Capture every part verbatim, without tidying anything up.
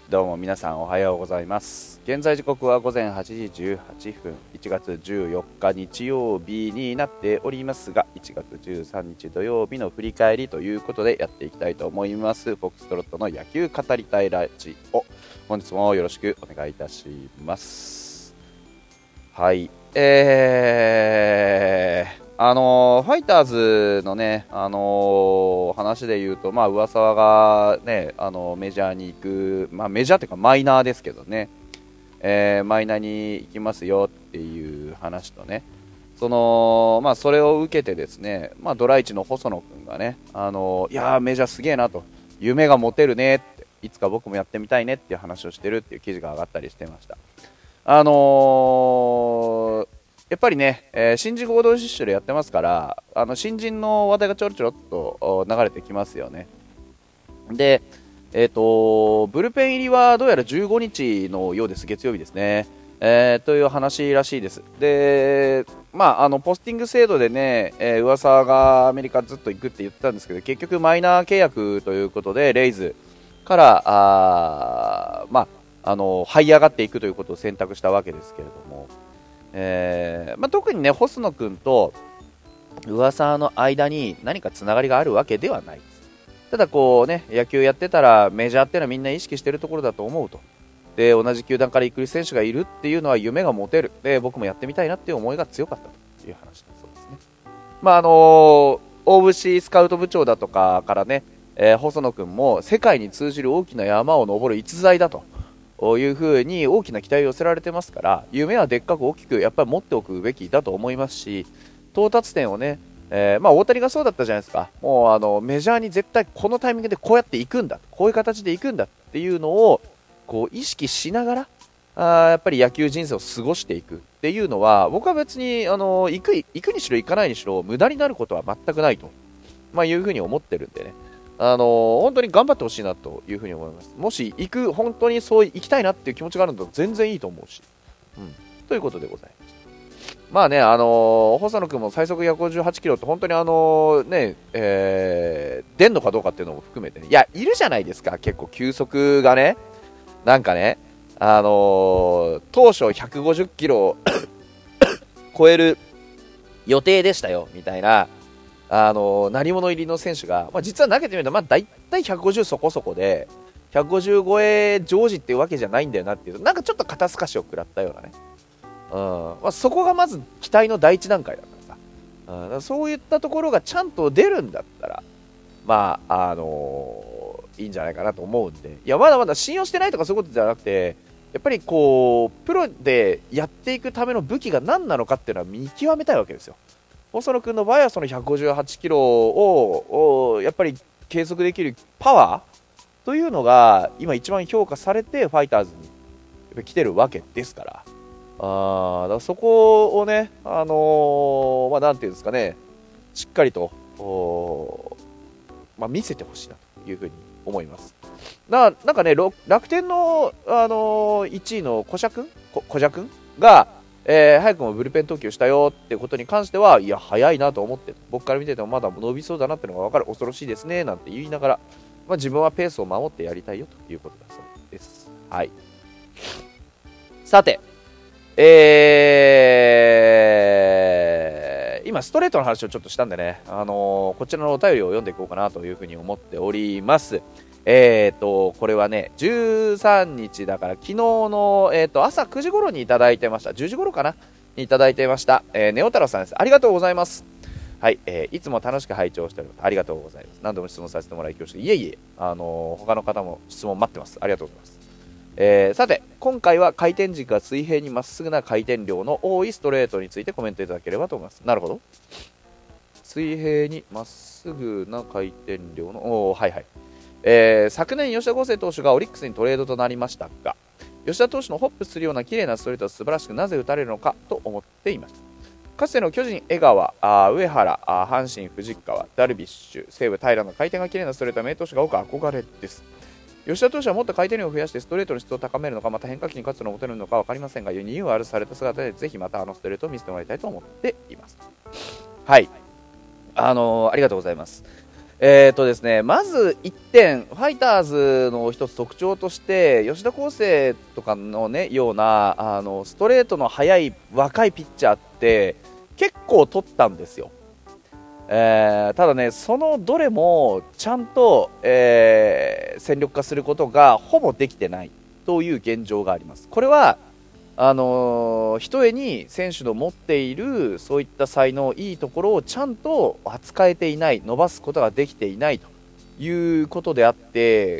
どうも皆さんおはようございます。現在時刻は午前はちじじゅうはっぷん、いちがつじゅうよっか日曜日になっておりますが、いちがつじゅうさんにち土曜日の振り返りということでやっていきたいと思います。フォックストロットの野球語りたいラジオ、本日もよろしくお願いいたします。はい、えーあのー、ファイターズのね、あのー、話で言うと、まあ噂がね、あのー、メジャーに行く、まあメジャーっていうかマイナーですけどね、えー、マイナーに行きますよっていう話とね、その、まあそれを受けてですね、まあドライチの細野君がね、あのー、いやーメジャーすげえなと、夢が持てるねって、いつか僕もやってみたいねっていう話をしてるっていう記事が上がったりしてました。あのー、やっぱりね、えー、新人合同実習でやってますから、あの新人の話題がちょろちょろっと流れてきますよね。で、えーと、ブルペン入りはどうやらじゅうごにちのようです、月曜日ですね。えー、という話らしいです。で、まあ、あのポスティング制度でね、えー、噂がアメリカずっと行くって言ってたんですけど、結局マイナー契約ということで、レイズからあ、まあ、あの這い上がっていくということを選択したわけですけれども、えーまあ、特にね細野君と噂の間に何かつながりがあるわけではないです。ただこうね、野球やってたらメジャーっていうのはみんな意識しているところだと思うと。で、同じ球団から行く選手がいるっていうのは夢が持てる。で、僕もやってみたいなっていう思いが強かったという話だそうですね。まああのー、大節スカウト部長だとかからね、えー、細野君も世界に通じる大きな山を登る逸材だというふうに大きな期待を寄せられてますから、夢はでっかく大きくやっぱり持っておくべきだと思いますし、到達点をね、えーまあ、大谷がそうだったじゃないですか。もうあのメジャーに絶対このタイミングでこうやっていくんだ、こういう形でいくんだっていうのをこう意識しながら、あやっぱり野球人生を過ごしていくっていうのは、僕は別にあの行く行くにしろ行かないにしろ無駄になることは全くないと、まあ、いうふうに思ってるんでね、あのー、本当に頑張ってほしいなというふうに思います。もし行く、本当にそう行きたいなっていう気持ちがあるのと全然いいと思うし、うん、ということでございます。まあね、あのー、細野君も最速ひゃくごじゅうはちキロって本当にあのね、えー、出んのかどうかっていうのも含めてね、いや、いるじゃないですか、結構球速がね、なんかね、あのー、当初ひゃくごじゅっキロを超える予定でしたよ、みたいな、あの鳴り物入りの選手が、まあ、実は投げてみると、まあ、大体ひゃくごじゅうそこそこでひゃくごじゅう超え常時っていうわけじゃないんだよなっていう、なんかちょっと肩透かしを食らったようなね、うんまあ、そこがまず期待の第一段階だからさ、うん、からそういったところがちゃんと出るんだったら、まああのー、いいんじゃないかなと思うんで、いやまだまだ信用してないとかそういうことじゃなくて、やっぱりこうプロでやっていくための武器が何なのかっていうのは見極めたいわけですよ。細野君の場合はそのひゃくごじゅうはちキロをやっぱり計測できるパワーというのが今一番評価されてファイターズに来てるわけですから、あだからそこをね、あのー、まあ、なんていうんですかね、しっかりと、まあ、見せてほしいなというふうに思います。な, なんかね、楽天の、あのー、いちいの小謝君小謝君がえー、早くもブルペン投球したよってことに関しては、いや早いなと思って、僕から見ててもまだ伸びそうだなってのが分かる、恐ろしいですねなんて言いながら、まあ、自分はペースを守ってやりたいよということだそうです。はい。さて、えー、今ストレートの話をちょっとしたんでね、あのー、こちらのお便りを読んでいこうかなというふうに思っております。えーと、これはね、じゅうさんにちだから昨日の、えーと、朝くじ頃にいただいてました。じゅうじ頃かなにいただいてました。えー、ネオ太郎さんです。ありがとうございます。はい、えー、いつも楽しく拝聴しております。ありがとうございます。何度も質問させてもらい恐縮。いえいえ、あのー、他の方も質問待ってます。ありがとうございます。えー、さて、今回は回転軸が水平にまっすぐな回転量の多いストレートについてコメントいただければと思います。なるほど。水平にまっすぐな回転量の、おー、はいはい。えー、昨年吉田剛成投手がオリックスにトレードとなりましたが、吉田投手のホップするような綺麗なストレートは素晴らしく、なぜ打たれるのかと思っていました。かつての巨人江川、あ上原、あ阪神藤川、ダルビッシュ、西武平の回転が綺麗なストレートは名投手が多く憧れです。吉田投手はもっと回転量を増やしてストレートの質を高めるのか、また変化球に勝つのを持てるのか分かりませんが、リニューアルされた姿でぜひまたあのストレートを見せてもらいたいと思っています。はい、あのー、ありがとうございます。 えーとですね、まずいってん、ファイターズの一つ特徴として、吉田輝星とかの、ね、ようなあのストレートの速い若いピッチャーって結構取ったんですよ。えー、ただね、そのどれもちゃんと、えー、戦力化することがほぼできてないという現状があります。これはあのー、ひとえに選手の持っているそういった才能、いいところをちゃんと扱えていない、伸ばすことができていないということであって、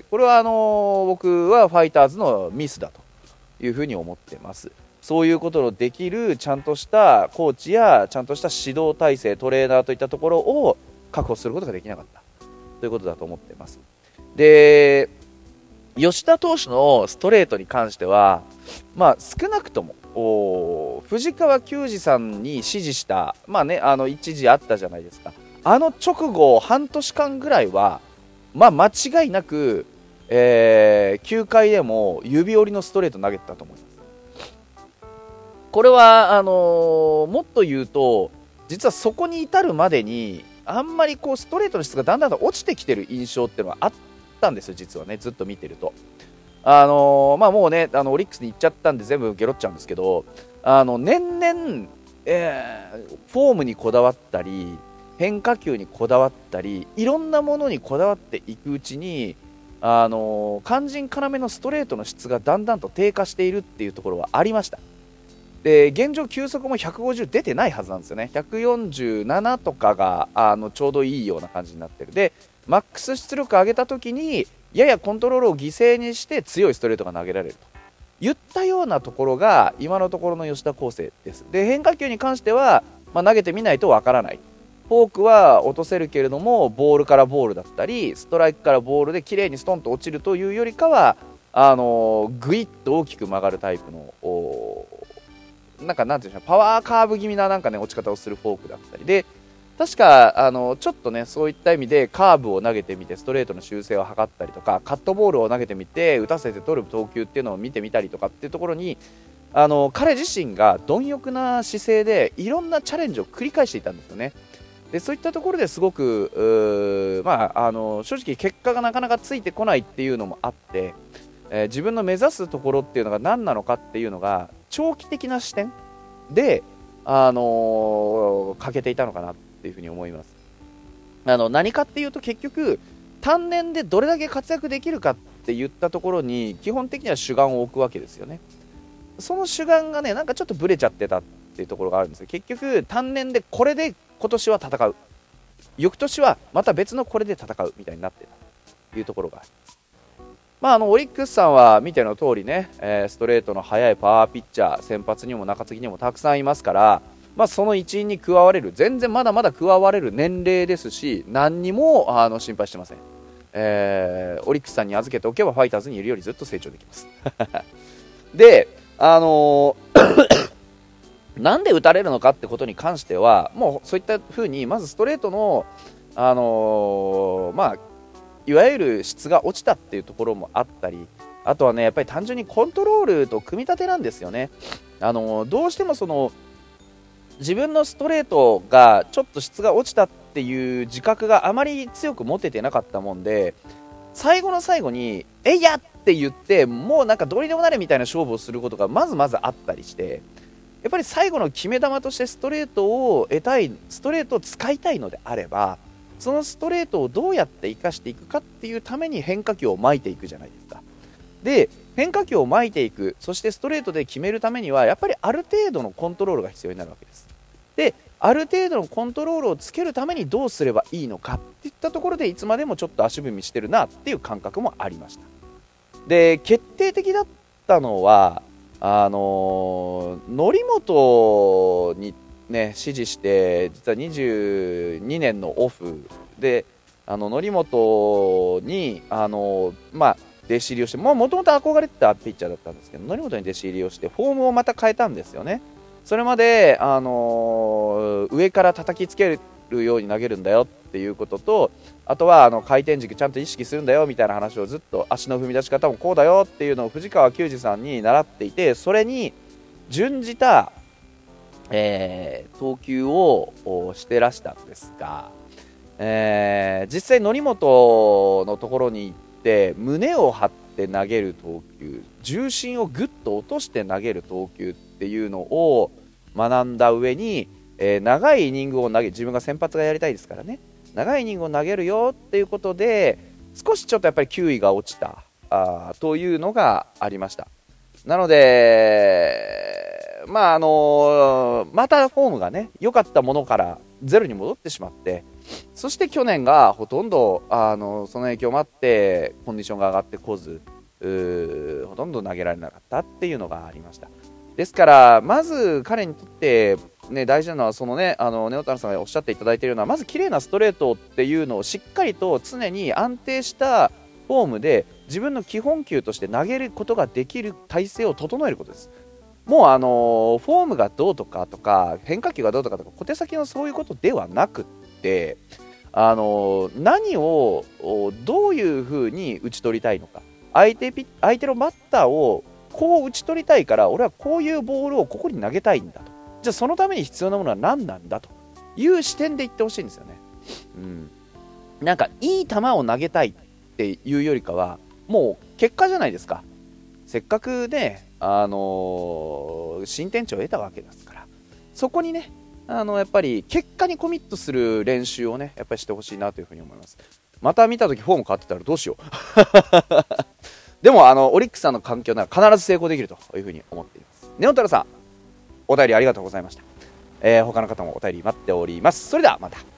これはあのー、僕はファイターズのミスだというふうに思っています。そういうことのできるちゃんとしたコーチやちゃんとした指導体制、トレーナーといったところを確保することができなかったということだと思っています。で、吉田投手のストレートに関しては、まあ、少なくとも藤川球児さんに指示した、まあね、あの一時あったじゃないですか。あの直後半年間ぐらいは、まあ、間違いなく、えー、きゅうかいでも指折りのストレート投げてたと思います。これはあのー、もっと言うと、実はそこに至るまでにあんまりこうストレートの質がだんだんと落ちてきてる印象っていうのはあったんですよ、実はね、ずっと見てると。あのー、まあ、もうね、あのオリックスに行っちゃったんで全部ゲロっちゃうんですけど、あの年々、えー、フォームにこだわったり変化球にこだわったりいろんなものにこだわっていくうちに、あのー、肝心要のストレートの質がだんだんと低下しているっていうところはありました。で、現状球速もひゃくごじゅう出てないはずなんですよね。ひゃくよんじゅうななとかがあのちょうどいいような感じになってる。でマックス出力上げた時にややコントロールを犠牲にして強いストレートが投げられると言ったようなところが今のところの吉田輝星です。で、変化球に関しては、まあ、投げてみないとわからない。フォークは落とせるけれどもボールからボールだったりストライクからボールで綺麗にストンと落ちるというよりかは、あのー、グイッと大きく曲がるタイプのなんかなんていうんでしょう、パワーカーブ気味ななんかね落ち方をするフォークだったりで、確かあのちょっとねそういった意味でカーブを投げてみてストレートの修正を図ったりとか、カットボールを投げてみて打たせて取る投球っていうのを見てみたりとかっていうところに、あの彼自身が貪欲な姿勢でいろんなチャレンジを繰り返していたんですよね。でそういったところですごくまあ、あの正直結果がなかなかついてこないっていうのもあって、えー、自分の目指すところっていうのが何なのかっていうのが長期的な視点で、あのー、欠けていたのかなっていうふうに思います。あの何かっていうと結局単年でどれだけ活躍できるかって言ったところに基本的には主眼を置くわけですよね。その主眼がねなんかちょっとブレちゃってたっていうところがあるんですよ。結局単年でこれで今年は戦う、翌年はまた別のこれで戦うみたいになってたというところがあります。まあ、あのオリックスさんは見ての通りね、えー、ストレートの速いパワーピッチャー先発にも中継ぎにもたくさんいますから、まあ、その一員に加われる、全然まだまだ加われる年齢ですし、何にもあの心配してません。えー、オリックスさんに預けておけばファイターズにいるよりずっと成長できますで、あのーなんで打たれるのかってことに関してはもうそういった風にまずストレートの、あのー、まあいわゆる質が落ちたっていうところもあったり、あとはねやっぱり単純にコントロールと組み立てなんですよね。あのどうしてもその自分のストレートがちょっと質が落ちたっていう自覚があまり強く持ててなかったもんで、最後の最後にえいやって言ってもうなんかどうにでもなれみたいな勝負をすることがまずまずあったりして、やっぱり最後の決め球としてストレートを得たい、ストレートを使いたいのであればそのストレートをどうやって生かしていくかっていうために変化球をまいていくじゃないですか。で変化球をまいていく、そしてストレートで決めるためにはやっぱりある程度のコントロールが必要になるわけです。である程度のコントロールをつけるためにどうすればいいのかっていったところでいつまでもちょっと足踏みしてるなっていう感覚もありました。で決定的だったのはあのー、則本にね指示して実はにじゅうにねんのオフであの則本にあのー、まあ弟子入りをして、もともと憧れてたピッチャーだったんですけど則本に弟子入りをしてフォームをまた変えたんですよね。それまで、あのー、上から叩きつけるように投げるんだよっていうことと、あとはあの回転軸ちゃんと意識するんだよみたいな話をずっと、足の踏み出し方もこうだよっていうのを藤川球児さんに習っていて、それに準じた、えー、投球をしてらしたんですが、 えー、実際則本のところに行って胸を張って投げる投球、重心をぐっと落として投げる投球っていうのを学んだ上に、えー、長いイニングを投げ、自分が先発がやりたいですからね、長いイニングを投げるよっていうことで少しちょっとやっぱり球威が落ちたあというのがありました。なので、まああのー、またフォームがね良かったものからゼロに戻ってしまって、そして去年がほとんどあのその影響もあってコンディションが上がってこず、ほとんど投げられなかったっていうのがありました。ですからまず彼にとって、ね、大事なのはそのね、あのネオタルさんがおっしゃっていただいているのは、まず綺麗なストレートっていうのをしっかりと常に安定したフォームで自分の基本球として投げることができる体勢を整えることです。もうあのフォームがどうとかとか変化球がどうとかとか小手先のそういうことではなくって、あの何をどういうふうに打ち取りたいのか、相手ピ相手のバッターをこう打ち取りたいから俺はこういうボールをここに投げたいんだと、じゃあそのために必要なものは何なんだという視点で言ってほしいんですよね。うん、なんかいい球を投げたいっていうよりかはもう結果じゃないですか。せっかくね、あのー、新天地を得たわけですから、そこにね、あのやっぱり結果にコミットする練習をねやっぱりしてほしいなというふうに思います。また見たときフォーム変わってたらどうしようでもあのオリックスさんの環境なら必ず成功できるというふうに思っています。ネオタルさん、お便りありがとうございました。えー、他の方もお便り待っております。それではまた。